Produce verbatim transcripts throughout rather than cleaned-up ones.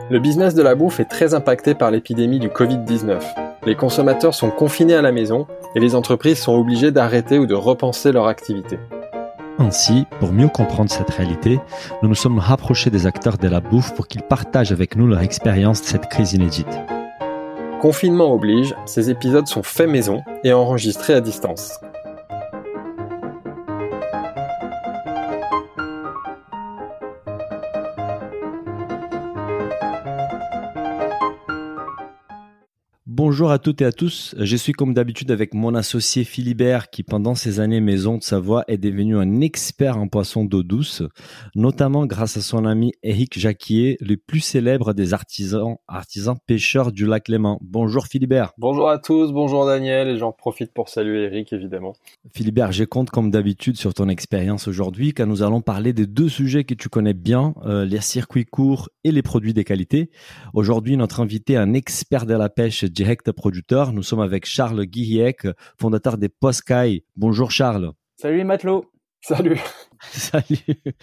Le business de la bouffe est très impacté par l'épidémie du covid dix-neuf. Les consommateurs sont confinés à la maison et les entreprises sont obligées d'arrêter ou de repenser leur activité. Ainsi, pour mieux comprendre cette réalité, nous nous sommes rapprochés des acteurs de la bouffe pour qu'ils partagent avec nous leur expérience de cette crise inédite. Confinement oblige, ces épisodes sont faits maison et enregistrés à distance. Bonjour à toutes et à tous, je suis comme d'habitude avec mon associé Philibert qui pendant ses années maison de Savoie est devenu un expert en poissons d'eau douce, notamment grâce à son ami Éric Jacquier, le plus célèbre des artisans, artisans pêcheurs du lac Léman. Bonjour Philibert. Bonjour à tous, bonjour Daniel, et j'en profite pour saluer Éric évidemment. Philibert, je compte comme d'habitude sur ton expérience aujourd'hui car nous allons parler des deux sujets que tu connais bien, euh, les circuits courts et les produits de qualité. Aujourd'hui, notre invité est un expert de la pêche direct producteur. Nous sommes avec Charles Guilliec, fondateur des Poscailles. Bonjour Charles. Salut les matelots. Salut. Salut.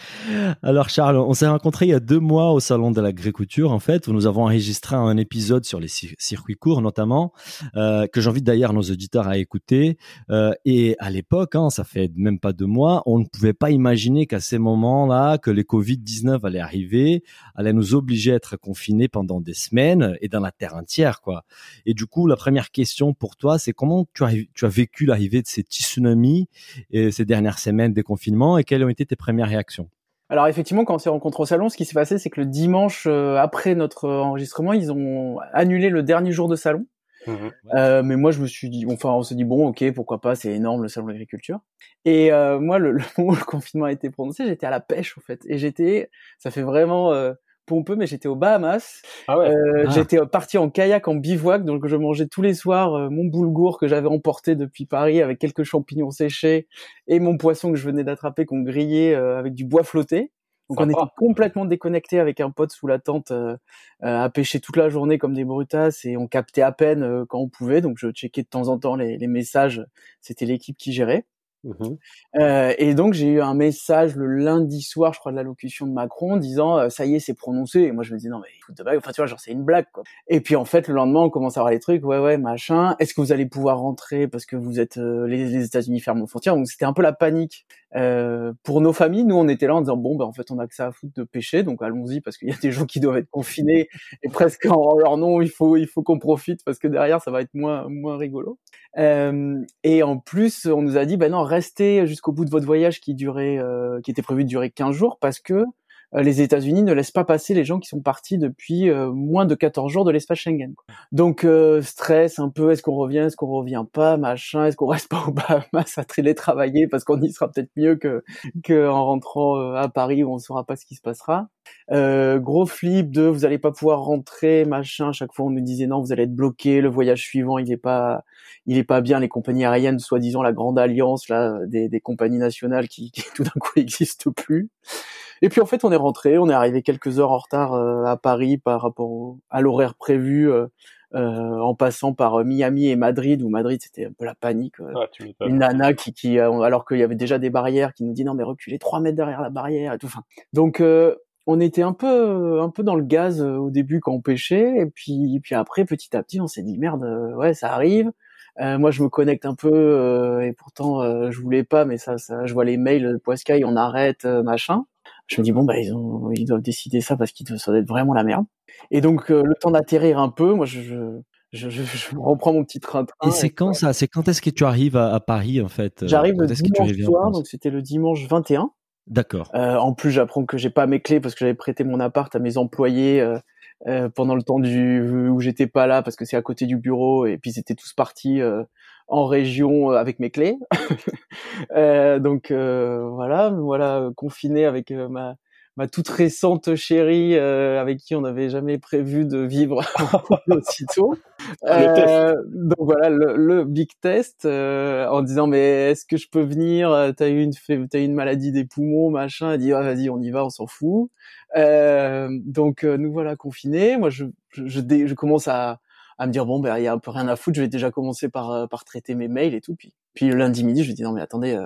Alors Charles, on s'est rencontrés il y a deux mois au salon de l'agriculture en fait, où nous avons enregistré un épisode sur les circuits courts notamment, euh, que j'invite d'ailleurs nos auditeurs à écouter. Euh, et à l'époque, hein, ça fait même pas deux mois, on ne pouvait pas imaginer qu'à ces moments-là, que les covid dix-neuf allait arriver, allait nous obliger à être confinés pendant des semaines et dans la terre entière, quoi. Et du coup, la première question pour toi, c'est comment tu as, tu as vécu l'arrivée de ces tsunamis et ces dernières semaines des confinements et quelles ont été tes premières réactions? Alors effectivement, quand on s'est rencontrés au salon, ce qui s'est passé, c'est que le dimanche euh, après notre enregistrement, ils ont annulé le dernier jour de salon. Mmh. Euh, mais moi, je me suis dit, enfin, on s'est dit bon, ok, pourquoi pas, c'est énorme le salon de l'agriculture. Et euh, moi, le, le moment où le confinement a été prononcé, j'étais à la pêche en fait, et j'étais, ça fait vraiment euh, pompeux, mais j'étais aux Bahamas. Ah ouais. Euh, ah. J'étais parti en kayak en bivouac, donc je mangeais tous les soirs euh, mon boulgour que j'avais emporté depuis Paris avec quelques champignons séchés et mon poisson que je venais d'attraper qu'on grillait euh, avec du bois flotté. Donc Sympa. On était complètement déconnectés avec un pote sous la tente euh, euh, à pêcher toute la journée comme des brutasses et on captait à peine euh, quand on pouvait. Donc je checkais de temps en temps les, les messages. C'était l'équipe qui gérait. Mmh. Euh, et donc j'ai eu un message le lundi soir, je crois, de l'allocution de Macron, disant euh, ça y est, c'est prononcé. Et moi je me dis non mais écoute de blague, enfin tu vois, genre c'est une blague quoi. Et puis en fait le lendemain on commence à avoir les trucs, ouais ouais machin. Est-ce que vous allez pouvoir rentrer parce que vous êtes euh, les, les États-Unis ferment aux frontières. Donc c'était un peu la panique euh, pour nos familles. Nous on était là en disant bon ben en fait on a que ça à foutre de pêcher, donc allons-y parce qu'il y a des gens qui doivent être confinés et presque en leur nom il faut il faut qu'on profite parce que derrière ça va être moins moins rigolo. Euh, et en plus on nous a dit ben non restez jusqu'au bout de votre voyage qui durait, euh, qui était prévu de durer quinze jours parce que euh, les États-Unis ne laissent pas passer les gens qui sont partis depuis euh, moins de quatorze jours de l'espace Schengen. Quoi. Donc euh, stress un peu, est-ce qu'on revient, est-ce qu'on revient pas, machin, est-ce qu'on reste pas au Bahamas à télétravailler parce qu'on y sera peut-être mieux que que en rentrant euh, à Paris où on saura pas ce qui se passera. Euh, gros flip de vous allez pas pouvoir rentrer, machin. À chaque fois on nous disait non, vous allez être bloqué, le voyage suivant il est pas il est pas bien, les compagnies aériennes, soi-disant la grande alliance là des, des compagnies nationales qui, qui tout d'un coup n'existent plus. Et puis en fait on est rentré, on est arrivé quelques heures en retard euh, à Paris par rapport au, à l'horaire prévu, euh, euh, en passant par Miami et Madrid, où Madrid c'était un peu la panique. Euh, ouais, tu une nana qui, qui alors qu'il y avait déjà des barrières, qui nous dit non mais reculez trois mètres derrière la barrière et tout. Enfin, donc euh, on était un peu un peu dans le gaz euh, au début quand on pêchait, et puis puis après petit à petit on s'est dit merde, euh, ouais ça arrive. Euh, moi, je me connecte un peu euh, et pourtant euh, je voulais pas, mais ça, ça, je vois les mails de Poscailles, on arrête, euh, machin. Je me dis bon bah ils ont, ils doivent décider ça parce qu'ils ça doit être vraiment la merde. Et donc euh, le temps d'atterrir un peu, moi je, je, je, je, je reprends mon petit train-train. Et c'est et quand quoi. ça C'est quand est-ce que tu arrives à, à Paris en fait? J'arrive quand le dimanche soir, donc c'était le dimanche vingt et un. D'accord. Euh, en plus, j'apprends que j'ai pas mes clés parce que j'avais prêté mon appart à mes employés. Euh, Euh, pendant le temps du où j'étais pas là parce que c'est à côté du bureau et puis ils étaient tous partis euh, en région euh, avec mes clés. euh, donc euh, voilà, voilà confiné avec euh, ma ma toute récente chérie euh, avec qui on n'avait jamais prévu de vivre aussitôt. Euh, donc voilà le, le big test euh, en disant mais est-ce que je peux venir, t'as eu une t'as eu une maladie des poumons machin. Elle dit ah, vas-y on y va, on s'en fout. Euh, donc euh, nous voilà confinés. Moi je je, je, dé, je commence à à me dire bon ben il y a un peu rien à foutre, je vais déjà commencer par par traiter mes mails et tout. Puis puis le lundi midi je lui dis non mais attendez euh,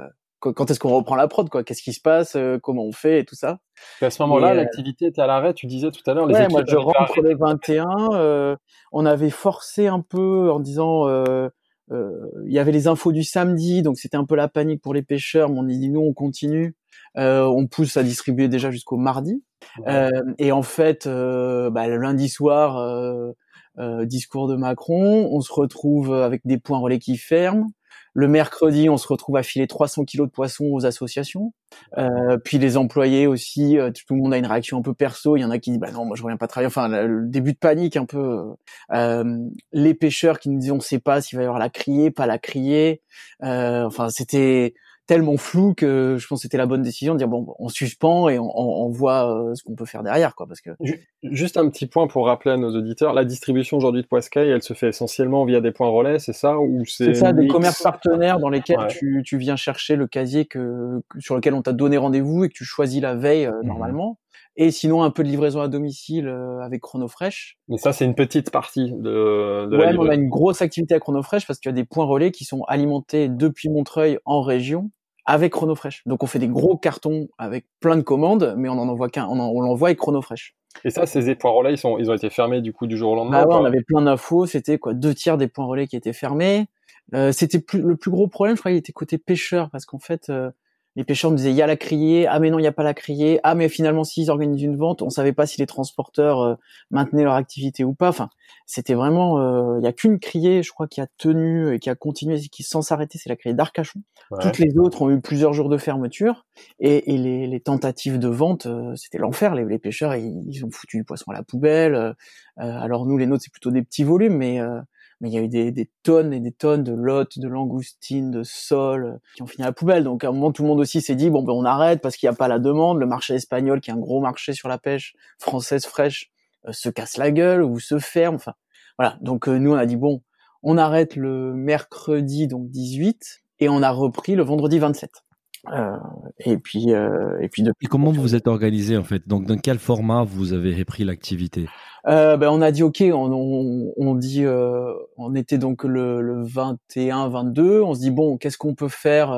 quand est-ce qu'on reprend la prod, quoi. Qu'est-ce qui se passe, euh, comment on fait et tout ça. Et à ce moment-là, Et, euh, l'activité était à l'arrêt. Tu disais tout à l'heure, les ouais, équipes moi je avaient dû rentre arrêter. les vingt et un. Euh, on avait forcé un peu en disant, euh, euh, il y avait les infos du samedi, donc c'était un peu la panique pour les pêcheurs. Mais on dit nous on continue, euh, on pousse à distribuer déjà jusqu'au mardi. Ouais. Euh, et en fait, euh, bah, le lundi soir, euh, euh, discours de Macron, on se retrouve avec des points relais qui ferment. Le mercredi, on se retrouve à filer trois cents kilos de poissons aux associations. Euh, puis les employés aussi, euh, tout le monde a une réaction un peu perso. Il y en a qui disent bah non, moi je reviens pas travailler. Enfin, le, le début de panique un peu. Euh, les pêcheurs qui nous disent on sait pas s'il va y avoir la criée, pas la criée. Euh, enfin, c'était tellement flou que je pense que c'était la bonne décision de dire bon, on suspend et on, on, on voit euh, ce qu'on peut faire derrière, quoi, parce que juste un petit point pour rappeler à nos auditeurs, la distribution aujourd'hui de poiscaille, elle se fait essentiellement via des points relais, c'est ça, ou c'est, c'est ça, des mix... commerces partenaires dans lesquels ouais. tu, tu viens chercher le casier que, que sur lequel on t'a donné rendez-vous et que tu choisis la veille euh, mmh. normalement. Et sinon un peu de livraison à domicile euh, avec Chronofresh. Mais ça, c'est une petite partie de, de ouais, la livraison. On a une grosse activité à Chronofresh parce qu'il y a des points relais qui sont alimentés depuis Montreuil en région avec Chronofresh. Donc on fait des gros cartons avec plein de commandes, mais on en envoie qu'un, on, en, on l'envoie avec Chronofresh. Et ça, ces points relais, ils, sont, ils ont été fermés du coup du jour au lendemain. Bah ouais, on avait plein d'infos. C'était quoi, deux tiers des points relais qui étaient fermés. Euh, c'était plus, le plus gros problème, je crois, il était côté pêcheurs, parce qu'en fait, euh, les pêcheurs nous disaient il y a la criée, ah mais non il y a pas la criée, ah mais finalement s'ils organisent une vente, on savait pas si les transporteurs euh, maintenaient leur activité ou pas. Enfin, c'était vraiment, euh, il y a qu'une criée, je crois, qui a tenu et qui a continué, qui sans s'arrêter, c'est la criée d'Arcachon. Ouais. Toutes les autres ont eu plusieurs jours de fermeture et, et les, les tentatives de vente, euh, c'était l'enfer. Les, les pêcheurs, ils, ils ont foutu du poisson à la poubelle. Euh, alors nous, les nôtres, c'est plutôt des petits volumes, mais euh, mais il y a eu des, des tonnes et des tonnes de lottes, de langoustines, de sols qui ont fini à la poubelle. Donc à un moment, tout le monde aussi s'est dit bon ben on arrête parce qu'il n'y a pas la demande. Le marché espagnol, qui est un gros marché sur la pêche française fraîche, euh, se casse la gueule ou se ferme. Enfin voilà. Donc euh, nous on a dit bon, on arrête le mercredi donc dix-huit et on a repris le vendredi vingt-sept. Euh, et puis euh, et puis depuis. Et comment vous vous êtes organisé en fait? Donc dans quel format vous avez repris l'activité? Euh, ben on a dit ok, on, on, on dit, euh, on était donc le, le vingt et un vingt-deux, on se dit bon, qu'est-ce qu'on peut faire,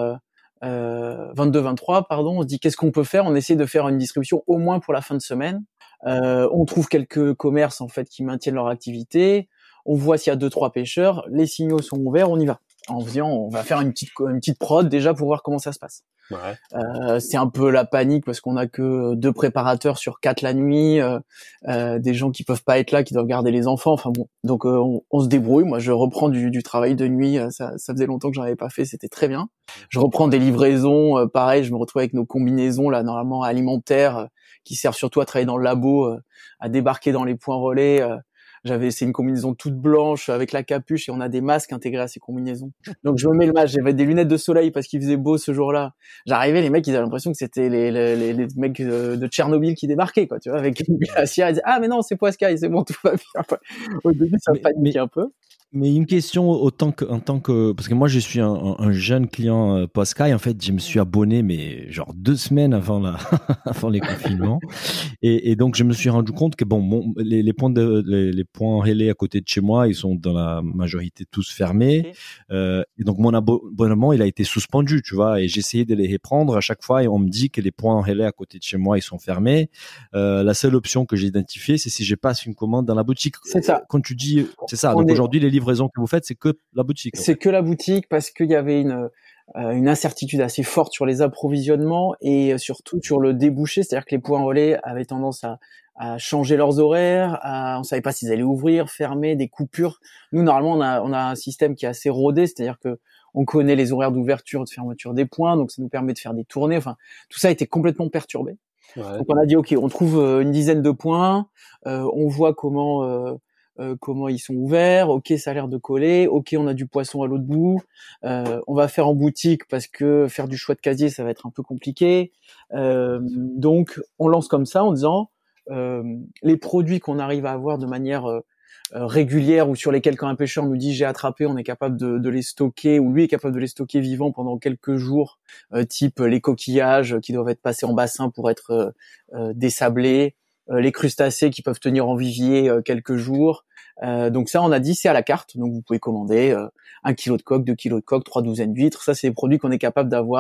euh, vingt-deux vingt-trois pardon, on se dit qu'est-ce qu'on peut faire, on essaie de faire une distribution au moins pour la fin de semaine. Euh, on trouve quelques commerces en fait qui maintiennent leur activité, on voit s'il y a deux trois pêcheurs, les signaux sont ouverts, on y va. En faisant, on va faire une petite une petite prod déjà pour voir comment ça se passe. Ouais. Euh, c'est un peu la panique parce qu'on a que deux préparateurs sur quatre la nuit, euh, euh, des gens qui peuvent pas être là, qui doivent garder les enfants. Enfin bon, donc euh, on, on se débrouille. Moi, je reprends du, du travail de nuit. Ça, ça faisait longtemps que j'en avais pas fait. C'était très bien. Je reprends des livraisons. Euh, pareil, je me retrouve avec nos combinaisons là, normalement alimentaires, euh, qui servent surtout à travailler dans le labo, euh, à débarquer dans les points relais. Euh, J'avais, c'est une combinaison toute blanche avec la capuche et on a des masques intégrés à ces combinaisons. Donc je me mets le masque, j'avais des lunettes de soleil parce qu'il faisait beau ce jour-là. J'arrivais, les mecs, ils avaient l'impression que c'était les, les, les mecs de Tchernobyl qui débarquaient, quoi, tu vois, avec une glacière. Ils disaient ah mais non, c'est Poiscaille, c'est bon, tout va bien. Au début, ça me paniquait un peu. Mais une question autant que, en tant que, parce que moi je suis un, un jeune client euh, Poiscaille, en fait je me suis abonné mais genre deux semaines avant la, avant les confinements, et, et donc je me suis rendu compte que bon, mon, les, les points de, les, les points relais à côté de chez moi, ils sont dans la majorité tous fermés, okay. euh, et donc mon abonnement il a été suspendu, tu vois, et j'ai essayé de les reprendre à chaque fois et on me dit que les points relais à côté de chez moi ils sont fermés. Euh, la seule option que j'ai identifiée c'est si je passe une commande dans la boutique. C'est ça. Quand tu dis, c'est ça. On donc est... aujourd'hui les livraison que vous faites, c'est que la boutique. C'est que la boutique parce qu'il y avait une euh, une incertitude assez forte sur les approvisionnements et surtout sur le débouché, c'est-à-dire que les points relais avaient tendance à, à changer leurs horaires, à, on savait pas s'ils allaient ouvrir, fermer, des coupures. Nous normalement on a on a un système qui est assez rodé, c'est-à-dire que on connaît les horaires d'ouverture et de fermeture des points, donc ça nous permet de faire des tournées. Enfin, tout ça a été complètement perturbé. Ouais. Donc on a dit ok, on trouve une dizaine de points, euh, on voit comment euh, Euh, comment ils sont ouverts, ok ça a l'air de coller, ok on a du poisson à l'autre bout, euh, on va faire en boutique parce que faire du choix de casier ça va être un peu compliqué, euh, donc on lance comme ça en disant euh, les produits qu'on arrive à avoir de manière euh, régulière ou sur lesquels quand un pêcheur nous dit j'ai attrapé, on est capable de, de les stocker ou lui est capable de les stocker vivants pendant quelques jours, euh, type les coquillages qui doivent être passés en bassin pour être euh, euh, désablés, euh, les crustacés qui peuvent tenir en vivier euh, quelques jours. Euh, donc ça, on a dit, c'est à la carte. Donc vous pouvez commander euh, un kilo de coque, deux kilos de coque, trois douzaines d'huîtres. Ça, c'est des produits qu'on est capable d'avoir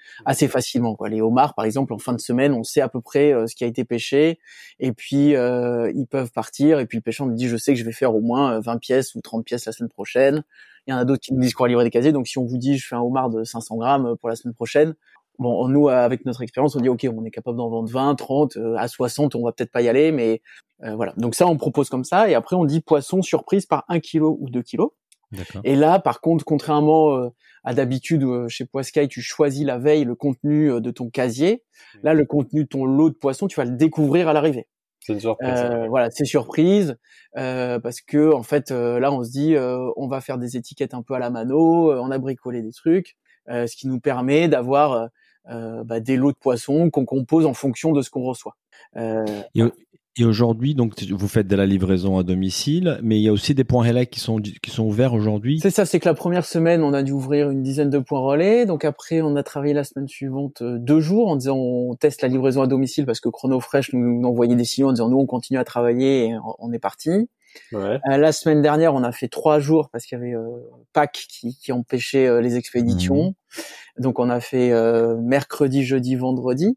assez facilement, quoi. Les homards, par exemple, en fin de semaine, on sait à peu près euh, ce qui a été pêché, et puis euh, ils peuvent partir, et puis le pêcheur nous dit, je sais que je vais faire au moins vingt pièces ou trente pièces la semaine prochaine. Il y en a d'autres qui nous disent qu'on va livrer des casiers, donc si on vous dit, je fais un homard de cinq cents grammes pour la semaine prochaine, bon, nous, avec notre expérience, on dit, ok, on est capable d'en vendre vingt, trente, euh, à soixante, on va peut-être pas y aller, mais euh, voilà. Donc ça, on propose comme ça, et après, on dit poisson surprise par un kilo ou deux kilos. D'accord. Et là, par contre, contrairement euh, à d'habitude euh, chez Poiscaille, tu choisis la veille le contenu euh, de ton casier. Là, le contenu de ton lot de poissons, tu vas le découvrir à l'arrivée. C'est une surprise. Euh, voilà, c'est surprise euh, parce que en fait, euh, là, on se dit, euh, on va faire des étiquettes un peu à la mano, euh, on a bricolé des trucs, euh, ce qui nous permet d'avoir euh, bah, des lots de poissons qu'on compose en fonction de ce qu'on reçoit. Euh, Et, et aujourd'hui, donc, vous faites de la livraison à domicile, mais il y a aussi des points relais qui sont, qui sont ouverts aujourd'hui. C'est ça, c'est que la première semaine, on a dû ouvrir une dizaine de points relais. Donc après, on a travaillé la semaine suivante euh, deux jours en disant on teste la livraison à domicile parce que Chronofresh nous, nous envoyait des signaux en disant nous on continue à travailler et on est parti. Ouais. Euh, la semaine dernière, on a fait trois jours parce qu'il y avait euh, Pâques qui, qui empêchait euh, les expéditions. Mmh. Donc on a fait euh, mercredi, jeudi, vendredi.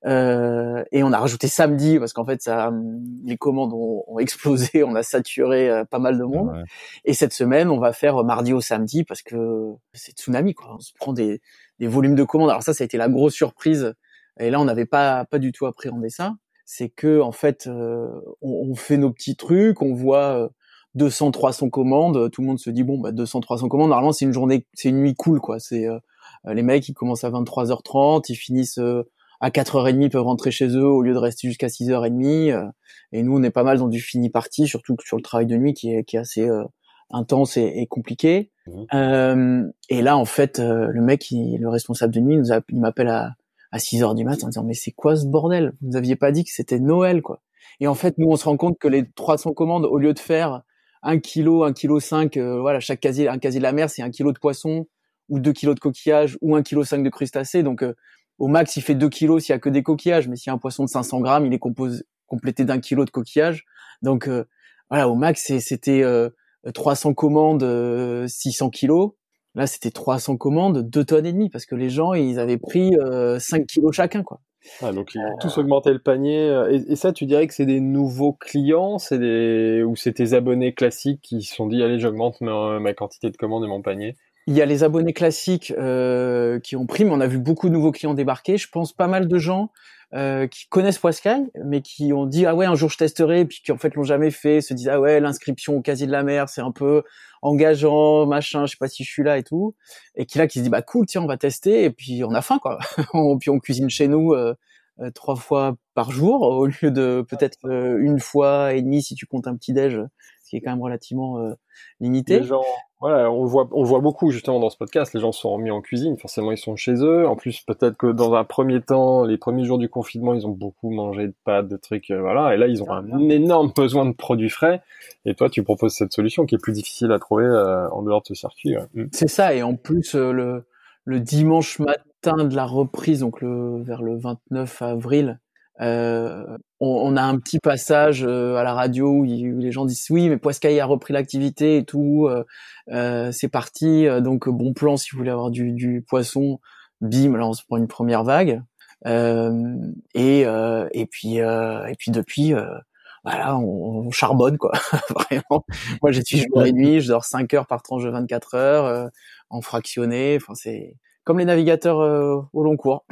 Euh, et on a rajouté samedi parce qu'en fait ça, les commandes ont, ont explosé, on a saturé euh, pas mal de monde. Ouais. Et cette semaine, on va faire mardi au samedi parce que c'est tsunami, quoi. On se prend des, des volumes de commandes. Alors ça, ça a été la grosse surprise. Et là, on n'avait pas pas du tout appréhendé ça. C'est que en fait, euh, on, on fait nos petits trucs, on voit euh, deux cents, trois cents commandes. Tout le monde se dit bon, bah deux cents, trois cents commandes. Normalement, c'est une journée, c'est une nuit cool, quoi. C'est euh, les mecs, ils commencent à vingt-trois heures trente, ils finissent euh, à quatre heures trente, peuvent rentrer chez eux au lieu de rester jusqu'à six heures trente. Euh, et nous, on est pas mal dans du fini parti, surtout sur le travail de nuit qui est, qui est assez euh, intense et, et compliqué. Mmh. Euh, et là, en fait, euh, le mec, il, le responsable de nuit, nous a, il m'appelle à, à six heures du matin en disant « Mais c'est quoi ce bordel ? Vous aviez pas dit que c'était Noël, quoi ?» Et en fait, nous, on se rend compte que les trois cents commandes, au lieu de faire un kilo, un kilo cinq, euh, voilà, chaque casier, un casier de la mer, c'est un kilo de poisson ou deux kilos de coquillages ou un kilo cinq de crustacés. Donc, euh, au max, il fait deux kilos s'il y a que des coquillages, mais s'il y a un poisson de cinq cents grammes, il est composé, complété d'un kilo de coquillages. Donc, euh, voilà, au max, c'est, c'était euh, trois cents commandes, euh, six cents kilos. Là, c'était trois cents commandes, deux tonnes et demie, parce que les gens, ils avaient pris euh, cinq kilos chacun, quoi. Ah, donc ils ont tous augmenté le panier. Et, et ça, tu dirais que c'est des nouveaux clients, c'est des ou c'est tes abonnés classiques qui se sont dit allez, j'augmente ma, ma quantité de commandes et mon panier. Il y a les abonnés classiques euh, qui ont pris, mais on a vu beaucoup de nouveaux clients débarquer. Je pense pas mal de gens euh, qui connaissent Poiscaille, mais qui ont dit ah ouais un jour je testerai, puis qui en fait l'ont jamais fait, se disent ah ouais l'inscription au casier de la mer c'est un peu engageant, machin, je sais pas si je suis là et tout, et qui là qui se dit bah cool tiens on va tester, et puis on a faim quoi, puis on cuisine chez nous euh, euh, trois fois par jour au lieu de peut-être euh, une fois et demie si tu comptes un petit déj, ce qui est quand même relativement euh, limité. Les gens, voilà, on le voit, on le voit beaucoup justement dans ce podcast. Les gens se sont remis en cuisine. Forcément, ils sont chez eux. En plus, peut-être que dans un premier temps, les premiers jours du confinement, ils ont beaucoup mangé de pâtes, de trucs, euh, voilà. Et là, ils ont un énorme besoin de produits frais. Et toi, tu proposes cette solution qui est plus difficile à trouver euh, en dehors de ce circuit. Ouais. C'est ça. Et en plus, euh, le le dimanche matin de la reprise, donc le vers le vingt-neuf avril. Euh, on, on a un petit passage euh, à la radio où, il, où les gens disent oui mais Poiscaille a repris l'activité et tout, euh, euh, c'est parti, euh, donc bon plan si vous voulez avoir du, du poisson, bim là on se prend une première vague euh, et euh, et puis euh, et puis depuis euh, voilà on, on charbonne quoi. Vraiment, moi j'ai suis jour et nuit, je dors cinq heures par tranche de vingt-quatre heures euh, en fractionné, enfin c'est comme les navigateurs euh, au long cours.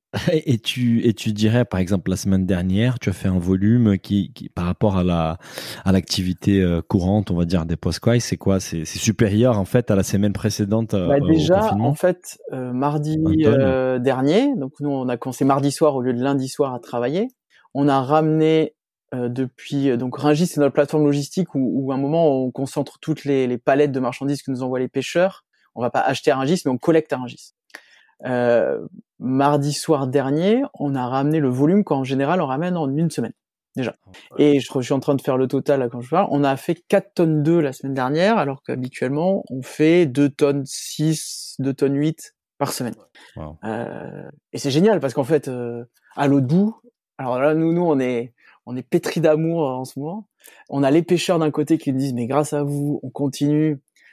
Et tu, et tu dirais, par exemple, la semaine dernière, tu as fait un volume qui, qui par rapport à la, à l'activité euh, courante, on va dire, des Poiscaille, c'est quoi? C'est, c'est supérieur, en fait, à la semaine précédente euh, bah, déjà, au confinement? En fait, euh, mardi euh, dernier, donc nous, on a commencé mardi soir au lieu de lundi soir à travailler. On a ramené euh, depuis, donc Rungis, c'est notre plateforme logistique où, où à un moment, on concentre toutes les, les palettes de marchandises que nous envoient les pêcheurs. On va pas acheter à Rungis, mais on collecte à Rungis. Euh, mardi soir dernier, on a ramené le volume qu'en général on ramène en une semaine déjà. Et je, je suis en train de faire le total là, quand je parle. On a fait quatre tonnes deux la semaine dernière, alors qu'habituellement on fait deux tonnes six, deux tonnes huit par semaine. Wow. Euh, et c'est génial parce qu'en fait, euh, à l'autre bout, alors là nous nous on est on est pétris d'amour en ce moment. On a les pêcheurs d'un côté qui nous disent mais grâce à vous on continue.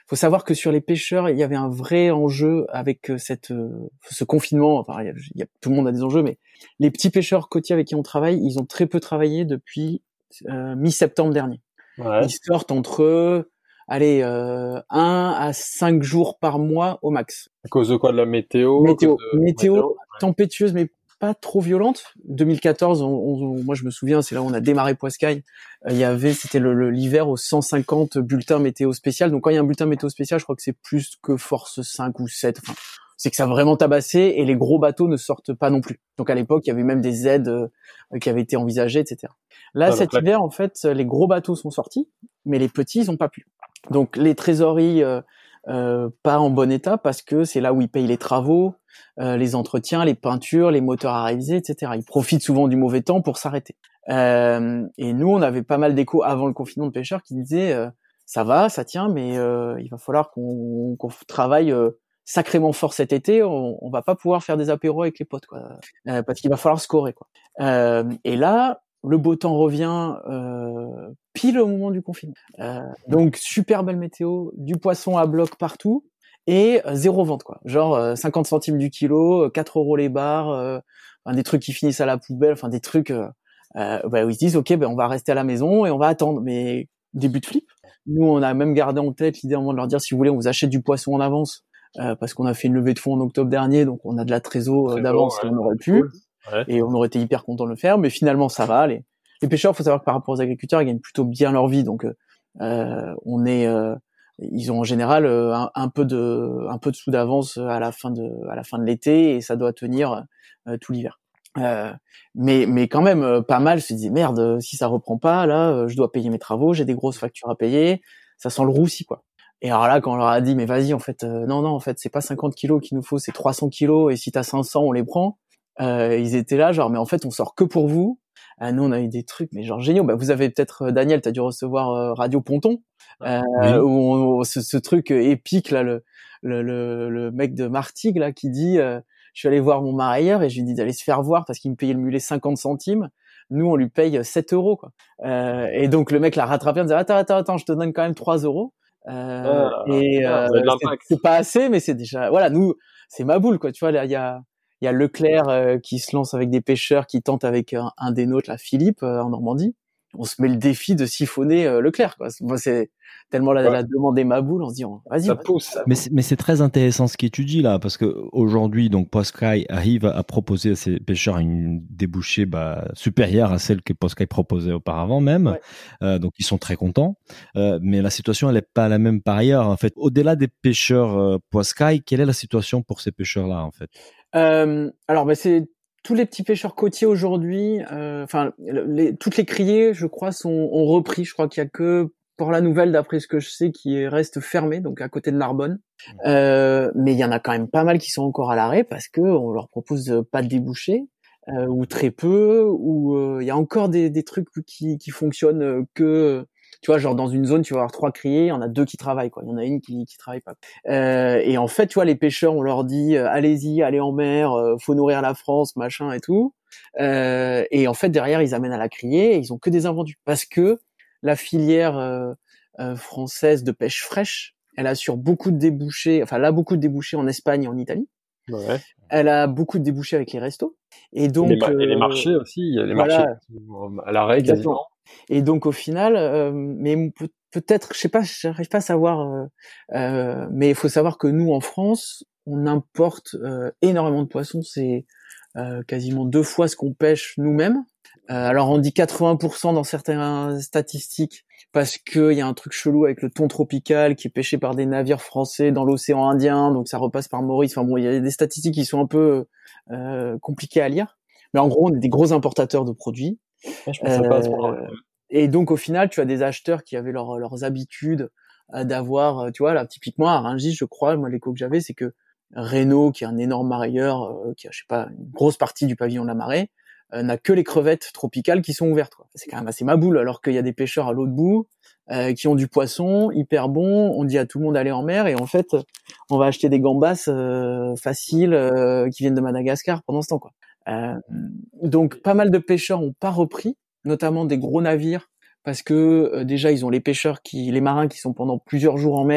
faut savoir que sur les pêcheurs, il y avait un vrai enjeu avec cette euh, ce confinement. Enfin, il y a, il y a, tout le monde a des enjeux, mais les petits pêcheurs côtiers avec qui on travaille, ils ont très peu travaillé depuis euh, mi-septembre dernier. Ouais. Ils sortent entre allez euh, un à cinq jours par mois au max. À cause de quoi? De la météo? Météo, de... météo, météo tempétueuse, mais pas trop violente. deux mille quatorze, on, on, moi je me souviens, c'est là où on a démarré Poiscaille. Il y avait, c'était le, le, l'hiver aux cent cinquante bulletins météo spécial. Donc quand il y a un bulletin météo spécial, je crois que c'est plus que force cinq ou sept. Enfin, c'est que ça a vraiment tabassé et les gros bateaux ne sortent pas non plus. Donc à l'époque, il y avait même des aides euh, qui avaient été envisagées, et cetera. Là, ah, cet là... hiver, en fait, les gros bateaux sont sortis, mais les petits, ils n'ont pas pu. Donc les trésoreries euh, euh, pas en bon état parce que c'est là où ils payent les travaux, euh, les entretiens, les peintures, les moteurs à réviser, et cetera. Ils profitent souvent du mauvais temps pour s'arrêter. Euh, et nous, on avait pas mal d'échos avant le confinement de pêcheurs qui disaient euh, ça va, ça tient, mais euh, il va falloir qu'on, qu'on travaille euh, sacrément fort cet été. On, on va pas pouvoir faire des apéros avec les potes, quoi, euh, parce qu'il va falloir scorer, quoi. Euh, et là, le beau temps revient euh, pile au moment du confinement. Euh, donc super belle météo, du poisson à bloc partout et euh, zéro vente, quoi. Genre euh, cinquante centimes du kilo, quatre euros les bars, euh, enfin, des trucs qui finissent à la poubelle, enfin des trucs euh, euh, bah, où ils se disent ok, ben on va rester à la maison et on va attendre. Mais début de flip. Nous on a même gardé en tête l'idée à un moment de leur dire si vous voulez on vous achète du poisson en avance euh, parce qu'on a fait une levée de fonds en octobre dernier, donc on a de la trésor euh, d'avance ouais, si on aurait pu. Cool. Ouais. Et on aurait été hyper content de le faire, mais finalement ça va. Les, les pêcheurs, faut savoir que par rapport aux agriculteurs, ils gagnent plutôt bien leur vie, donc euh, on est, euh, ils ont en général euh, un, un peu de, un peu de sous d'avance à la fin de, à la fin de l'été, et ça doit tenir euh, tout l'hiver. Euh, mais, mais quand même euh, pas mal. Se disait merde, si ça reprend pas, là, euh, je dois payer mes travaux, j'ai des grosses factures à payer, ça sent le roussi, quoi. Et alors là, quand on leur a dit mais vas-y, en fait, euh, non, non, en fait, c'est pas cinquante kilos qu'il nous faut, c'est trois cents kilos, et si t'as cinq cents, on les prend. Euh, ils étaient là genre mais en fait on sort que pour vous. Euh, nous on a eu des trucs mais genre géniaux. Bah vous avez peut-être Daniel, t'as dû recevoir euh, Radio Ponton euh, oui. où on, ce, ce truc épique là, le le le, le mec de Martigues là qui dit euh, je suis allé voir mon marailleur et je lui dis d'aller se faire voir parce qu'il me payait le mulet cinquante centimes. Nous on lui paye sept euros, quoi. Euh, et donc le mec l'a rattrapé en disant attends attends attends je te donne quand même trois euros. Euh, ah, et euh, c'est, c'est pas assez mais c'est déjà voilà, nous c'est ma boule, quoi, tu vois. Là il y a Il y a Leclerc euh, qui se lance avec des pêcheurs qui tentent avec un, un des nôtres, là, Philippe, euh, en Normandie. On se met le défi de siphonner euh, Leclerc, quoi. Moi, c'est tellement la, ouais. la demande est ma boule, on se dit, on, vas-y. Ça vas-y. pousse. Ça mais, pousse. C'est, mais c'est très intéressant ce que tu dis là, parce que aujourd'hui, donc Poiscaille arrive à proposer à ses pêcheurs une débouchée bah, supérieure à celle que Poiscaille proposait auparavant même. Ouais. Euh, donc ils sont très contents. Euh, mais la situation, elle n'est pas la même par ailleurs. En fait, au-delà des pêcheurs euh, Poiscaille, quelle est la situation pour ces pêcheurs-là, en fait? Euh, alors, bah, c'est tous les petits pêcheurs côtiers aujourd'hui. Enfin, euh, les, toutes les criées, je crois, sont ont repris. Je crois qu'il y a que Port-la-Nouvelle, d'après ce que je sais, qui reste fermé, donc à côté de Narbonne. Euh, mais il y en a quand même pas mal qui sont encore à l'arrêt parce que on leur propose pas de débouchés euh, ou très peu, ou il euh, y a encore des, des trucs qui, qui fonctionnent que. Tu vois, genre dans une zone, tu vas avoir trois criées, il y en a deux qui travaillent, quoi. Il y en a une qui qui travaille pas. Euh, et en fait, tu vois, les pêcheurs, on leur dit, euh, allez-y, allez en mer, euh, faut nourrir la France, machin et tout. Euh, et en fait, derrière, ils amènent à la criée et ils ont que des invendus parce que la filière euh, euh, française de pêche fraîche, elle assure beaucoup de débouchés, enfin, elle a beaucoup de débouchés en Espagne et en Italie. Ouais. Elle a beaucoup de débouchés avec les restos. Et donc, et les, ma- euh, et les marchés aussi, il y a les voilà. marchés à l'arrêt quasiment. Et donc au final, euh, mais peut- peut-être, je sais pas, j'arrive pas à savoir, euh, euh, mais il faut savoir que nous en France, on importe euh, énormément de poissons. C'est euh, quasiment deux fois ce qu'on pêche nous-mêmes. Euh, alors on dit quatre-vingts pour cent dans certaines statistiques parce que il y a un truc chelou avec le thon tropical qui est pêché par des navires français dans l'océan Indien, donc ça repasse par Maurice. Enfin bon, il y a des statistiques qui sont un peu euh, compliquées à lire, mais en gros on est des gros importateurs de produits. Ouais, je pensais euh, pas à ce point. Et donc au final, tu as des acheteurs qui avaient leur, leurs habitudes euh, d'avoir, tu vois, là typiquement à Rungis, je crois, moi l'écho que j'avais, c'est que Renault, qui est un énorme marailleur, euh, qui a, je sais pas, une grosse partie du pavillon de la Marée, euh, n'a que les crevettes tropicales qui sont ouvertes, quoi. C'est quand même assez ma boule, alors qu'il y a des pêcheurs à l'autre bout euh, qui ont du poisson hyper bon. On dit à tout le monde d'aller en mer et en fait, on va acheter des gambas euh, faciles euh, qui viennent de Madagascar pendant ce temps, quoi. Euh, donc pas mal de pêcheurs ont pas repris, notamment des gros navires, parce que euh, déjà ils ont les pêcheurs qui, les marins qui sont pendant plusieurs jours en mer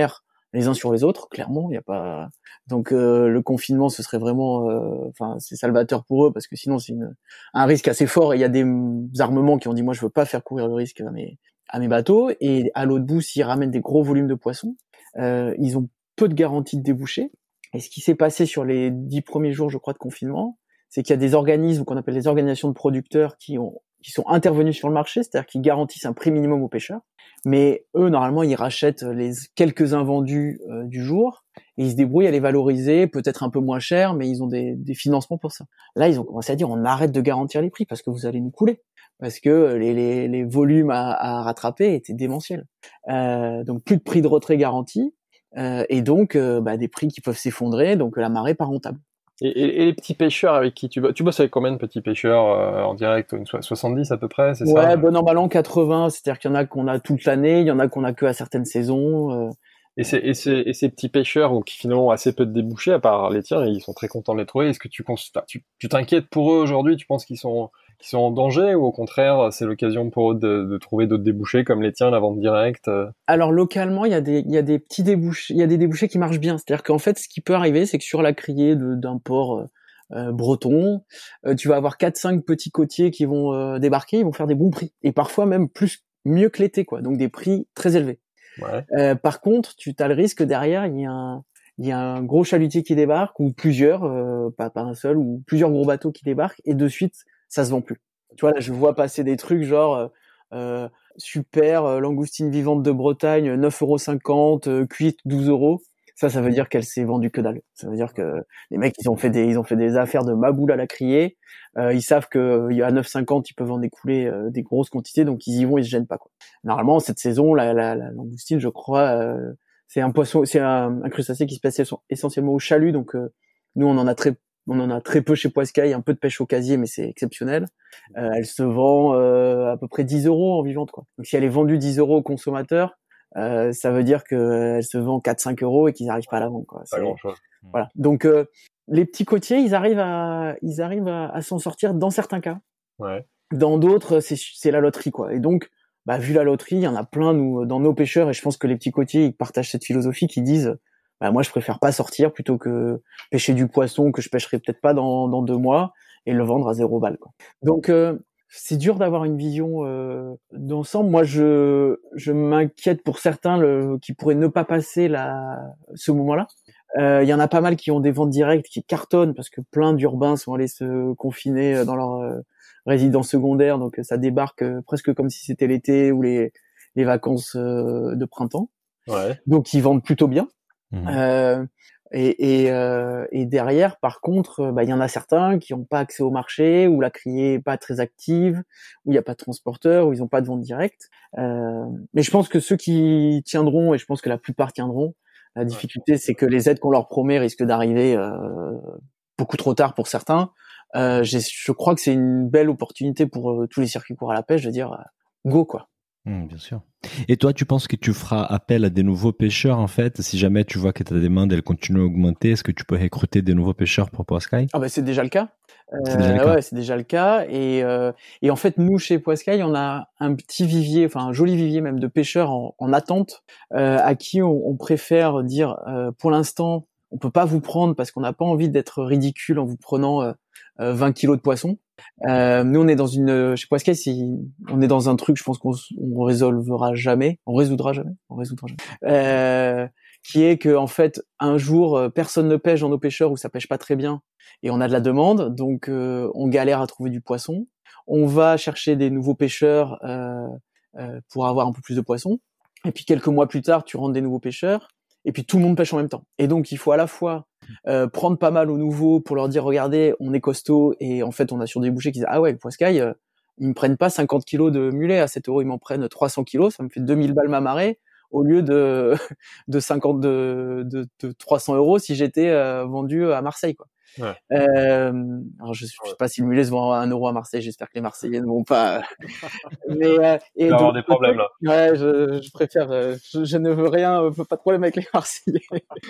les uns sur les autres. Clairement, il y a pas. Donc euh, le confinement, ce serait vraiment, enfin, euh, c'est salvateur pour eux parce que sinon c'est une, un risque assez fort. Et il y a des armements qui ont dit, moi, je veux pas faire courir le risque à mes à mes bateaux. Et à l'autre bout, s'ils ramènent des gros volumes de poissons, euh, ils ont peu de garantie de déboucher. Et ce qui s'est passé sur les dix premiers jours, je crois, de confinement, c'est qu'il y a des organismes qu'on appelle les organisations de producteurs qui ont qui sont intervenus sur le marché, c'est-à-dire qui garantissent un prix minimum aux pêcheurs. Mais eux, normalement, ils rachètent les quelques invendus euh, du jour et ils se débrouillent à les valoriser, peut-être un peu moins cher, mais ils ont des, des financements pour ça. Là, ils ont commencé à dire, on arrête de garantir les prix parce que vous allez nous couler, parce que les, les, les volumes à, à rattraper étaient démentiels. Euh, donc, plus de prix de retrait garanti euh, et donc euh, bah, des prix qui peuvent s'effondrer, donc la marée pas rentable. Et, et, et les petits pêcheurs avec qui tu bosses, tu bosses avec combien de petits pêcheurs euh, en direct, une soixante-dix à peu près, c'est ouais, ça? Ouais, bon an mal an quatre-vingts, c'est-à-dire qu'il y en a qu'on a toute l'année, il y en a qu'on a que à certaines saisons. Euh... Et, ces, et, ces, et ces petits pêcheurs qui finalement ont assez peu de débouchés, à part les tiens, ils sont très contents de les trouver. Est-ce que tu tu, tu t'inquiètes pour eux aujourd'hui? Tu penses qu'ils sont qu'ils sont en danger ou au contraire c'est l'occasion pour eux de, de trouver d'autres débouchés comme les tiens, la vente directe? Alors localement, il y a des il y a des petits débouchés, il y a des débouchés qui marchent bien. C'est-à-dire qu'en fait, ce qui peut arriver, c'est que sur la criée de, d'un port euh, Euh, breton, euh, tu vas avoir quatre cinq petits côtiers qui vont euh, débarquer, ils vont faire des bons prix et parfois même plus mieux que l'été quoi. Donc des prix très élevés. Ouais. Euh, par contre, tu as le risque derrière, il y a un il y a un gros chalutier qui débarque ou plusieurs euh, pas pas un seul ou plusieurs gros bateaux qui débarquent et de suite, ça se vend plus. Tu vois là, je vois passer des trucs genre euh, super euh, langoustine vivante de Bretagne neuf euros cinquante, euh, cuite douze euros. Ça, ça veut dire qu'elle s'est vendue que dalle. Ça veut dire que les mecs, ils ont fait des, ils ont fait des affaires de maboule à la criée. Euh, ils savent que il y a neuf cinquante, ils peuvent en écouler euh, des grosses quantités, donc ils y vont, ils se gênent pas quoi. Normalement, cette saison, la, la, la langoustine, je crois, euh, c'est un poisson, c'est un, un crustacé qui se passe essentiellement au chalut. Donc euh, nous, on en a très, on en a très peu chez Poiscaille, un peu de pêche au casier, mais c'est exceptionnel. Euh, elle se vend euh, à peu près dix euros en vivante quoi. Donc si elle est vendue dix euros aux consommateurs, Euh, ça veut dire que euh, elle se vend quatre cinq euros et qu'ils n'arrivent pas à la vendre quoi. Pas grand chose. Voilà. Donc euh, les petits côtiers, ils arrivent à ils arrivent à, à s'en sortir dans certains cas. Ouais. Dans d'autres, c'est c'est la loterie quoi. Et donc bah vu la loterie, il y en a plein nous dans nos pêcheurs et je pense que les petits côtiers ils partagent cette philosophie qui disent bah moi je préfère pas sortir plutôt que pêcher du poisson que je pêcherai peut-être pas dans dans deux mois et le vendre à zéro balle quoi. Donc euh, c'est dur d'avoir une vision euh, d'ensemble. Moi, je je m'inquiète pour certains le, qui pourraient ne pas passer la ce moment-là. Il euh, y en a pas mal qui ont des ventes directes qui cartonnent parce que plein d'urbains sont allés se confiner dans leur euh, résidence secondaire, donc ça débarque euh, presque comme si c'était l'été ou les les vacances euh, de printemps. Ouais. Donc ils vendent plutôt bien. Mmh. Euh, Et, et, euh, et derrière, par contre, bah, il y en a certains qui n'ont pas accès au marché, où la criée est pas très active, où il n'y a pas de transporteur, où ils n'ont pas de vente directe. Euh, mais je pense que ceux qui tiendront, et je pense que la plupart tiendront, la difficulté, c'est que les aides qu'on leur promet risquent d'arriver euh, beaucoup trop tard pour certains. Euh, je crois que c'est une belle opportunité pour euh, tous les circuits courts à la pêche de dire euh, go quoi. Mmh, bien sûr. Et toi, tu penses que tu feras appel à des nouveaux pêcheurs, en fait, si jamais tu vois que ta demande, elle continue à augmenter, est-ce que tu peux recruter des nouveaux pêcheurs pour Poiscaille? Ah bah c'est déjà le cas. C'est déjà le cas. Ouais, c'est déjà le cas. Et, euh, et en fait, nous, chez Poiscaille, on a un petit vivier, enfin un joli vivier même de pêcheurs en, en attente, euh, à qui on, on préfère dire, euh, pour l'instant, on peut pas vous prendre parce qu'on n'a pas envie d'être ridicule en vous prenant euh, euh, vingt kilos de poisson. Euh, nous, on est dans une, chez Poiscaille, si on est dans un truc, je pense qu'on on résolvera jamais, on résoudra jamais, on résoudra jamais. Euh, qui est que en fait, un jour, personne ne pêche dans nos pêcheurs où ça pêche pas très bien, et on a de la demande, donc euh, on galère à trouver du poisson. On va chercher des nouveaux pêcheurs euh, euh, pour avoir un peu plus de poissons. Et puis quelques mois plus tard, tu rentres des nouveaux pêcheurs. Et puis tout le monde pêche en même temps. Et donc il faut à la fois euh, prendre pas mal aux nouveaux pour leur dire regardez, on est costaud, et en fait on a sur des bouchers qui disent ah ouais, Poiscaille, euh, ils me prennent pas cinquante kilos de mulet à sept euros, ils m'en prennent trois cents kilos, ça me fait deux mille balles ma marée au lieu de de cinquante de de, de trois cents euros si j'étais euh, vendu à Marseille quoi. Ouais. Euh, alors je, je sais pas si le mulet se vend à un euro à Marseille, j'espère que les Marseillais ne vont pas. Mais euh, et il va y avoir des problèmes là. Ouais, je, je préfère. Euh, je, je ne veux rien, euh, pas de problème avec les Marseillais.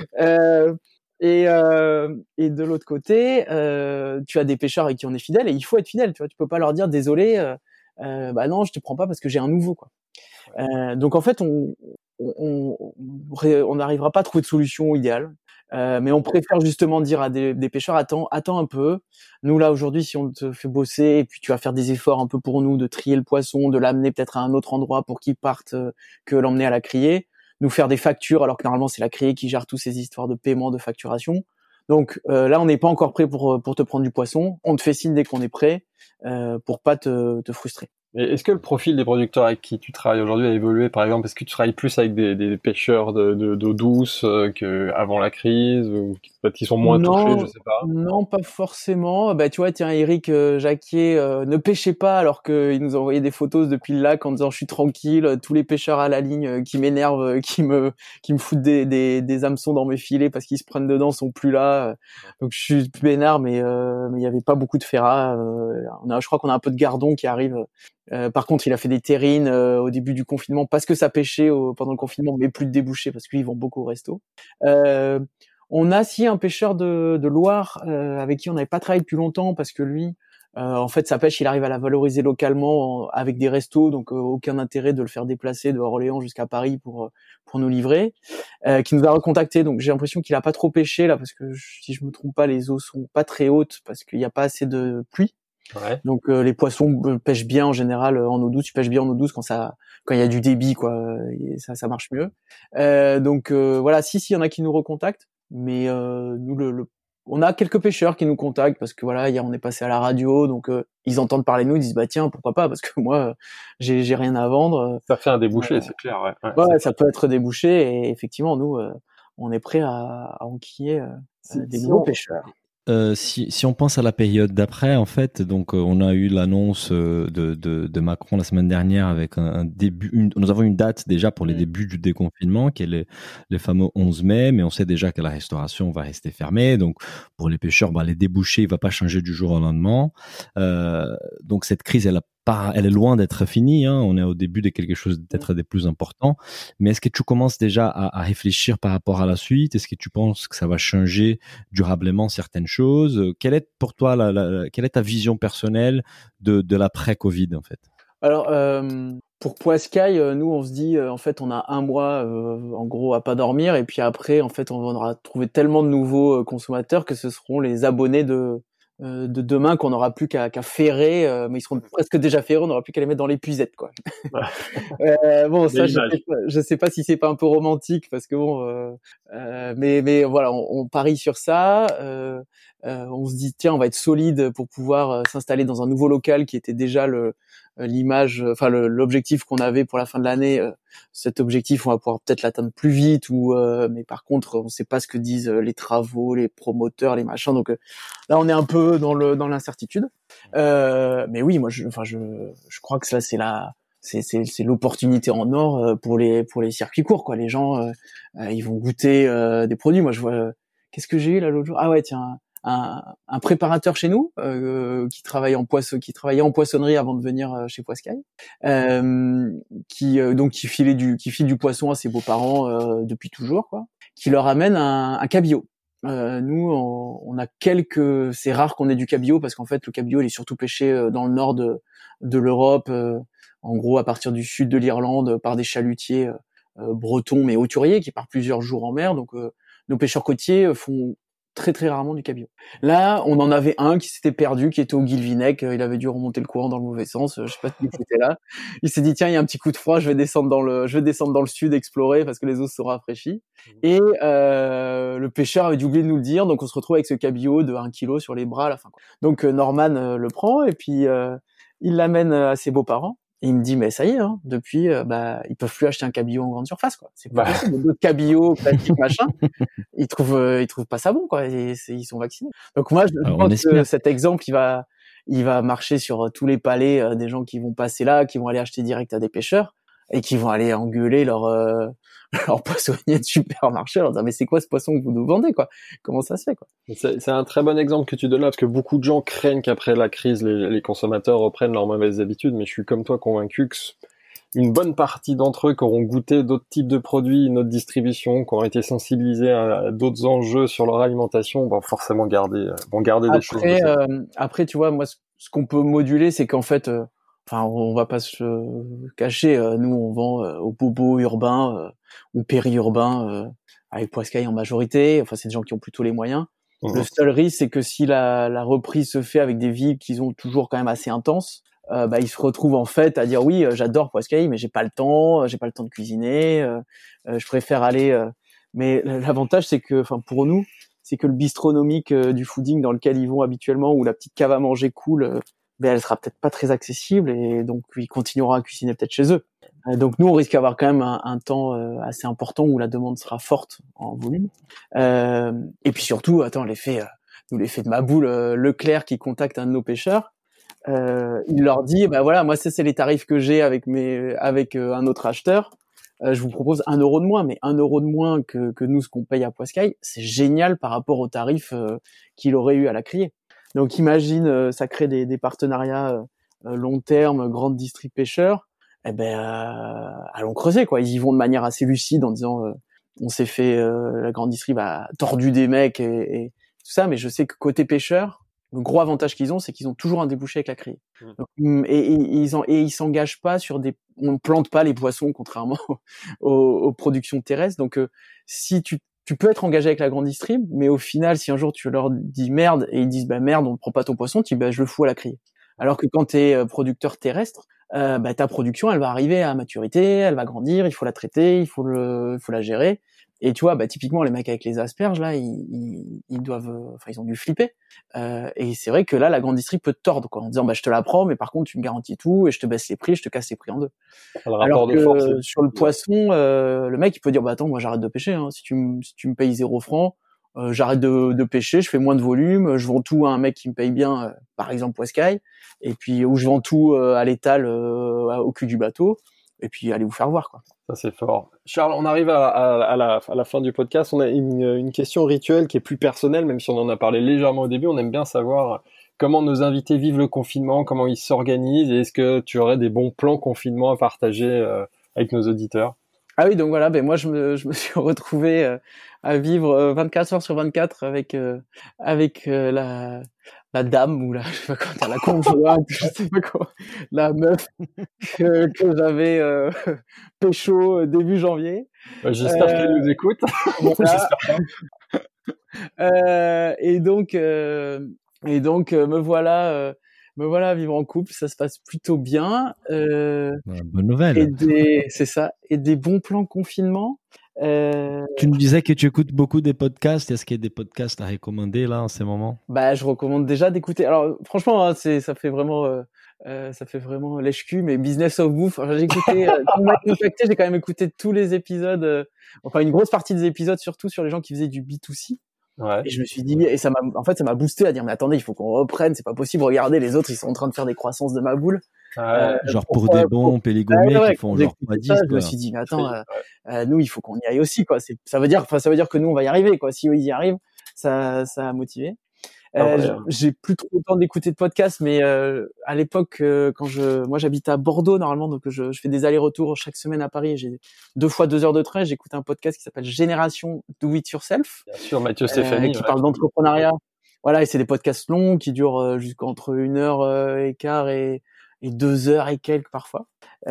euh, et euh, et de l'autre côté, euh, tu as des pêcheurs avec qui on est fidèle et il faut être fidèle. Tu vois, tu peux pas leur dire désolé, euh, euh, bah non, je te prends pas parce que j'ai un nouveau quoi. Euh, donc en fait, on on on n'arrivera pas à trouver de solution idéale. Euh, mais on préfère justement dire à des, des pêcheurs, attends, attends un peu. Nous là aujourd'hui, si on te fait bosser et puis tu vas faire des efforts un peu pour nous de trier le poisson, de l'amener peut-être à un autre endroit pour qu'il parte, euh, que l'emmener à la criée, nous faire des factures alors que normalement c'est la criée qui gère toutes ces histoires de paiement, de facturation. Donc euh, là, on n'est pas encore prêt pour pour te prendre du poisson. On te fait signe dès qu'on est prêt euh, pour pas te, te frustrer. Et est-ce que le profil des producteurs avec qui tu travailles aujourd'hui a évolué, par exemple? Est-ce que tu travailles plus avec des, des pêcheurs de, de, d'eau douce euh, qu'avant la crise, ou peut-être qu'ils sont moins non, touchés, je sais pas? Non, pas forcément. Bah, tu vois, tiens, Eric euh, Jacquier euh, ne pêchait pas alors qu'il nous envoyait des photos depuis le lac en disant je suis tranquille, euh, tous les pêcheurs à la ligne euh, qui m'énervent, euh, qui me qui me foutent des, des, des hameçons dans mes filets parce qu'ils se prennent dedans sont plus là. Donc je suis peinard, mais euh, mais il y avait pas beaucoup de ferrat. Euh, on a, je crois qu'on a un peu de gardon qui arrive. Euh, par contre, il a fait des terrines euh, au début du confinement parce que ça pêchait au, pendant le confinement, mais plus de débouchés parce qu'ils vont beaucoup au resto. Euh, on a si un pêcheur de, de Loire euh, avec qui on n'avait pas travaillé depuis longtemps parce que lui, euh, en fait, sa pêche, il arrive à la valoriser localement en, avec des restos, donc euh, aucun intérêt de le faire déplacer de Orléans jusqu'à Paris pour pour nous livrer. Euh, qui nous a recontacté, donc j'ai l'impression qu'il a pas trop pêché là parce que si je me trompe pas, les eaux sont pas très hautes parce qu'il n'y a pas assez de pluie. Ouais. Donc euh, les poissons pêchent bien en général euh, en eau douce. Ils pêchent bien en eau douce quand ça, quand il y a du débit, quoi. Et ça, ça marche mieux. Euh, donc euh, voilà, si, si, il y en a qui nous recontactent, mais euh, nous le, le, on a quelques pêcheurs qui nous contactent parce que voilà, hier on est passé à la radio, donc euh, ils entendent parler de nous, ils disent bah tiens pourquoi pas parce que moi euh, j'ai, j'ai rien à vendre. Ça fait un débouché, euh, c'est clair. Ouais. Ouais, ouais, c'est ça peut être débouché et effectivement nous, euh, on est prêt à, à enquiller euh, si, des si nouveaux on... pêcheurs. Euh, si, si on pense à la période d'après, en fait, donc euh, on a eu l'annonce euh, de, de, de Macron la semaine dernière avec un, un début. Une, nous avons une date déjà pour les mmh. débuts du déconfinement, qui est les, les fameux onze mai, mais on sait déjà que la restauration va rester fermée. Donc pour les pêcheurs, bah, les débouchés, il va pas changer du jour au lendemain. Euh, donc cette crise, elle a pas, elle est loin d'être finie. Hein. On est au début de quelque chose peut-être des plus importants. Mais est-ce que tu commences déjà à, à réfléchir par rapport à la suite? Est-ce que tu penses que ça va changer durablement certaines choses? Quelle est pour toi, la, la, quelle est ta vision personnelle de, de l'après-Covid en fait? Alors euh, pour Poiscaille, nous on se dit euh, en fait on a un mois euh, en gros à pas dormir et puis après en fait on aura trouvé tellement de nouveaux euh, consommateurs que ce seront les abonnés de euh, de demain qu'on n'aura plus qu'à, qu'à ferrer, euh, mais ils seront presque déjà ferrés, on n'aura plus qu'à les mettre dans l'épuisette quoi. euh, bon ça je sais, pas, je sais pas si c'est pas un peu romantique parce que bon euh, euh, mais mais voilà on, on parie sur ça. Euh, euh, on se dit tiens on va être solide pour pouvoir euh, s'installer dans un nouveau local qui était déjà le l'image, enfin le, l'objectif qu'on avait pour la fin de l'année. Euh, cet objectif, on va pouvoir peut-être l'atteindre plus vite, ou euh, mais par contre, on ne sait pas ce que disent les travaux, les promoteurs, les machins. Donc euh, là, on est un peu dans le dans l'incertitude. Euh, mais oui, moi, je, enfin, je, je crois que ça, c'est la, c'est c'est c'est l'opportunité en or pour les pour les circuits courts, quoi. Les gens, euh, ils vont goûter euh, des produits. Moi, je vois, euh, qu'est-ce que j'ai eu là l'autre jour? Ah ouais, tiens. Un, un préparateur chez nous euh, qui travaille en poisson, qui travaillait en poissonnerie avant de venir euh, chez Poiscaille, euh, qui euh, donc qui filait du qui file du poisson à ses beaux-parents euh, depuis toujours, quoi, qui leur amène un, un cabillaud. Euh, nous, on, on a quelques, c'est rare qu'on ait du cabillaud parce qu'en fait le cabillaud il est surtout pêché dans le nord de de l'Europe, euh, en gros à partir du sud de l'Irlande par des chalutiers euh, bretons mais hauturiers qui partent plusieurs jours en mer. Donc euh, nos pêcheurs côtiers font très très rarement du cabillaud. Là, on en avait un qui s'était perdu, qui était au Guilvinec, il avait dû remonter le courant dans le mauvais sens, je sais pas si c'était là. Il s'est dit tiens, il y a un petit coup de froid, je vais descendre dans le je vais descendre dans le sud explorer parce que les eaux se sont rafraîchies. Et euh, le pêcheur avait dû oublier de nous le dire, donc on se retrouve avec ce cabillaud de un kilo sur les bras à la fin. Donc Norman euh, le prend et puis euh, il l'amène à ses beaux-parents. Et il me dit mais ça y est, hein, depuis euh, bah ils peuvent plus acheter un cabillaud en grande surface, quoi. C'est pas possible. D'autres cabillauds classiques machin, ils trouvent euh, ils trouvent pas ça bon, quoi. Et ils sont vaccinés. Donc moi je Alors, pense que cet exemple il va il va marcher sur tous les palais euh, des gens qui vont passer là, qui vont aller acheter direct à des pêcheurs et qui vont aller engueuler leur euh, leur poissonnier de supermarché, leur dire mais c'est quoi ce poisson que vous nous vendez, quoi? Comment ça se fait, quoi? C'est, c'est un très bon exemple que tu donnes là, parce que beaucoup de gens craignent qu'après la crise, les, les consommateurs reprennent leurs mauvaises habitudes, mais je suis comme toi convaincu que une bonne partie d'entre eux qui auront goûté d'autres types de produits, une autre distribution, qui auront été sensibilisés à d'autres enjeux sur leur alimentation, vont forcément garder, vont garder après, des choses. De euh, après, tu vois, moi, ce, ce qu'on peut moduler, c'est qu'en fait, euh, enfin, on va pas se cacher. Euh, nous, on vend euh, aux bobos urbains euh, ou périurbains euh, avec Poiscaille en majorité. Enfin, c'est des gens qui ont plutôt les moyens. Mmh. Le seul risque, c'est que si la, la reprise se fait avec des villes qui ont toujours quand même assez intenses, euh, bah, ils se retrouvent en fait à dire oui, euh, j'adore Poiscaille, mais j'ai pas le temps, euh, j'ai pas le temps de cuisiner. Euh, euh, je préfère aller. Euh... Mais l'avantage, c'est que, enfin, pour nous, c'est que le bistronomique euh, du fooding dans lequel ils vont habituellement, où la petite cave à manger cool, euh, ben elle sera peut-être pas très accessible et donc ils continueront à cuisiner peut-être chez eux. Euh, donc nous, on risque d'avoir quand même un, un temps euh, assez important où la demande sera forte en volume. Euh, et puis surtout, attends, l'effet, euh, nous l'effet de ma boule, euh, Leclerc qui contacte un de nos pêcheurs, euh, il leur dit, ben voilà, moi ça c'est les tarifs que j'ai avec mes, avec euh, un autre acheteur. Euh, je vous propose un euro de moins, mais un euro de moins que, que nous, ce qu'on paye à Poiscaille, c'est génial par rapport aux tarifs euh, qu'il aurait eu à la criée. Donc, imagine, euh, ça crée des, des partenariats euh, long terme, grandes districts pêcheurs. Eh ben, euh, allons creuser, quoi. Ils y vont de manière assez lucide en disant, euh, on s'est fait, euh, la grande distrib a tordu des mecs et, et tout ça, mais je sais que côté pêcheur, le gros avantage qu'ils ont, c'est qu'ils ont toujours un débouché avec la criée. Mmh. Et, et, et ils en, et ils s'engagent pas sur des, on ne plante pas les poissons contrairement aux, aux productions terrestres. Donc, euh, si tu, tu peux être engagé avec la grande distrib, mais au final, si un jour tu leur dis merde et ils disent bah merde, on ne prend pas ton poisson, tu dis bah je le fous à la criée. Alors que quand tu es producteur terrestre, euh, bah ta production, elle va arriver à maturité, elle va grandir, il faut la traiter, il faut le, il faut la gérer. Et tu vois, bah typiquement les mecs avec les asperges là, ils, ils, ils doivent, enfin ils ont dû flipper. Euh, et c'est vrai que là, la grande distrib peut te tordre quoi, en disant bah je te la prends, mais par contre tu me garantis tout et je te baisse les prix, je te casse les prix en deux. Le Alors que force, sur le poisson, euh, le mec il peut dire bah attends, moi j'arrête de pêcher. Hein. Si tu me si tu me payes zéro franc, euh, j'arrête de, de pêcher, je fais moins de volume, je vends tout à un mec qui me paye bien, euh, par exemple Poiscaille, et puis où je vends tout euh, à l'étal euh, au cul du bateau. Et puis allez vous faire voir quoi. Ça c'est fort. Charles, on arrive à, à, à, la, à la fin du podcast. On a une, une question rituelle qui est plus personnelle, même si on en a parlé légèrement au début. On aime bien savoir comment nos invités vivent le confinement, comment ils s'organisent, et est-ce que tu aurais des bons plans confinement à partager euh, avec nos auditeurs? Ah oui, donc voilà, ben moi je me je me suis retrouvé euh, à vivre euh, vingt-quatre heures sur vingt-quatre avec euh, avec euh, la la dame ou la je sais pas quoi, la conjointe, je sais pas quoi, la meuf que que j'avais euh, pécho début janvier. Ouais, j'espère euh, qu'elle nous écoute. Voilà. euh, et donc euh, et donc euh, me voilà euh, me voilà vivre en couple, ça se passe plutôt bien. Euh, Bonne nouvelle. Et des, c'est ça, et des bons plans confinement. Euh... Tu nous disais que tu écoutes beaucoup des podcasts. Est-ce qu'il y a des podcasts à recommander là en ce moment? Bah, je recommande déjà d'écouter. Alors, franchement, hein, c'est, ça fait vraiment, euh, euh, ça fait vraiment lèche-cul. Mais Business of Bouffe, enfin, j'ai écouté. Euh, quand on m'a contacté, j'ai quand même écouté tous les épisodes. Euh, enfin, une grosse partie des épisodes, surtout sur les gens qui faisaient du B deux C. Ouais. Et je me suis dit, et ça m'a, en fait, ça m'a boosté à dire, mais attendez, il faut qu'on reprenne, c'est pas possible. Regardez, les autres, ils sont en train de faire des croissances de ma boule. Euh, genre pour, pour des bons pour... péligomés ouais, ouais, qui font genre pas dix. Je me suis dit, mais attends, euh, euh, nous, il faut qu'on y aille aussi, quoi. C'est, ça veut dire, enfin, ça veut dire que nous, on va y arriver, quoi. Si eux, ils y arrivent, ça, ça a motivé. Euh, ouais. J'ai plus trop le temps d'écouter de podcasts, mais euh, à l'époque, euh, quand je, moi, j'habite à Bordeaux normalement, donc je, je fais des allers-retours chaque semaine à Paris. J'ai deux fois deux heures de train. J'écoute un podcast qui s'appelle Génération Do It Yourself. Bien sûr, Mathieu Stéphanie, euh, qui ouais. parle d'entrepreneuriat. Voilà, et c'est des podcasts longs qui durent euh, jusqu'entre une heure euh, et quart et, et deux heures et quelques parfois.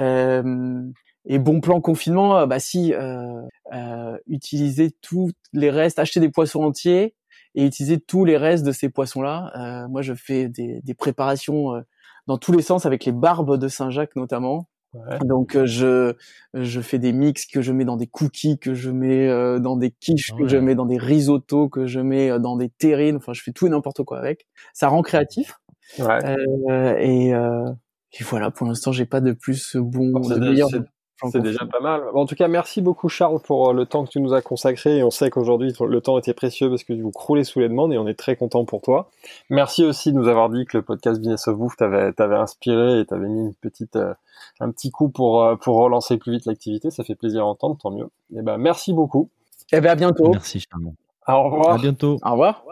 Euh, et bon plan confinement, euh, bah si, euh, euh, utiliser tous les restes, acheter des poissons entiers. Et utiliser tous les restes de ces poissons-là. Euh, moi, je fais des, des préparations euh, dans tous les sens avec les barbes de Saint-Jacques notamment. Ouais. Donc, euh, je je fais des mix que je mets dans des cookies, que je mets euh, dans des quiches, ouais. que je mets dans des risottos, que je mets dans des terrines. Enfin, je fais tout et n'importe quoi avec. Ça rend créatif. Ouais. Euh, et, euh, et voilà, pour l'instant, j'ai pas de plus bon, bon, de meilleur. C'est déjà pas mal. En tout cas, merci beaucoup Charles pour le temps que tu nous as consacré. Et on sait qu'aujourd'hui, le temps était précieux parce que vous croulez sous les demandes et on est très content pour toi. Merci aussi de nous avoir dit que le podcast Business of Bouffe t'avait, t'avait inspiré et t'avait mis une petite, euh, un petit coup pour, euh, pour relancer plus vite l'activité. Ça fait plaisir à entendre, tant mieux. Et ben, merci beaucoup. Et ben, à bientôt. Merci Charles. Au revoir. À bientôt. Au revoir.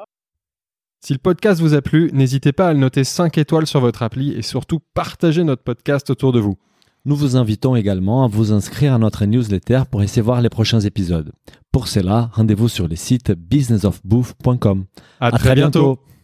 Si le podcast vous a plu, n'hésitez pas à le noter cinq étoiles sur votre appli et surtout partagez notre podcast autour de vous. Nous vous invitons également à vous inscrire à notre newsletter pour recevoir les prochains épisodes. Pour cela, rendez-vous sur le site business of bouffe point com. À, à très, très bientôt. bientôt.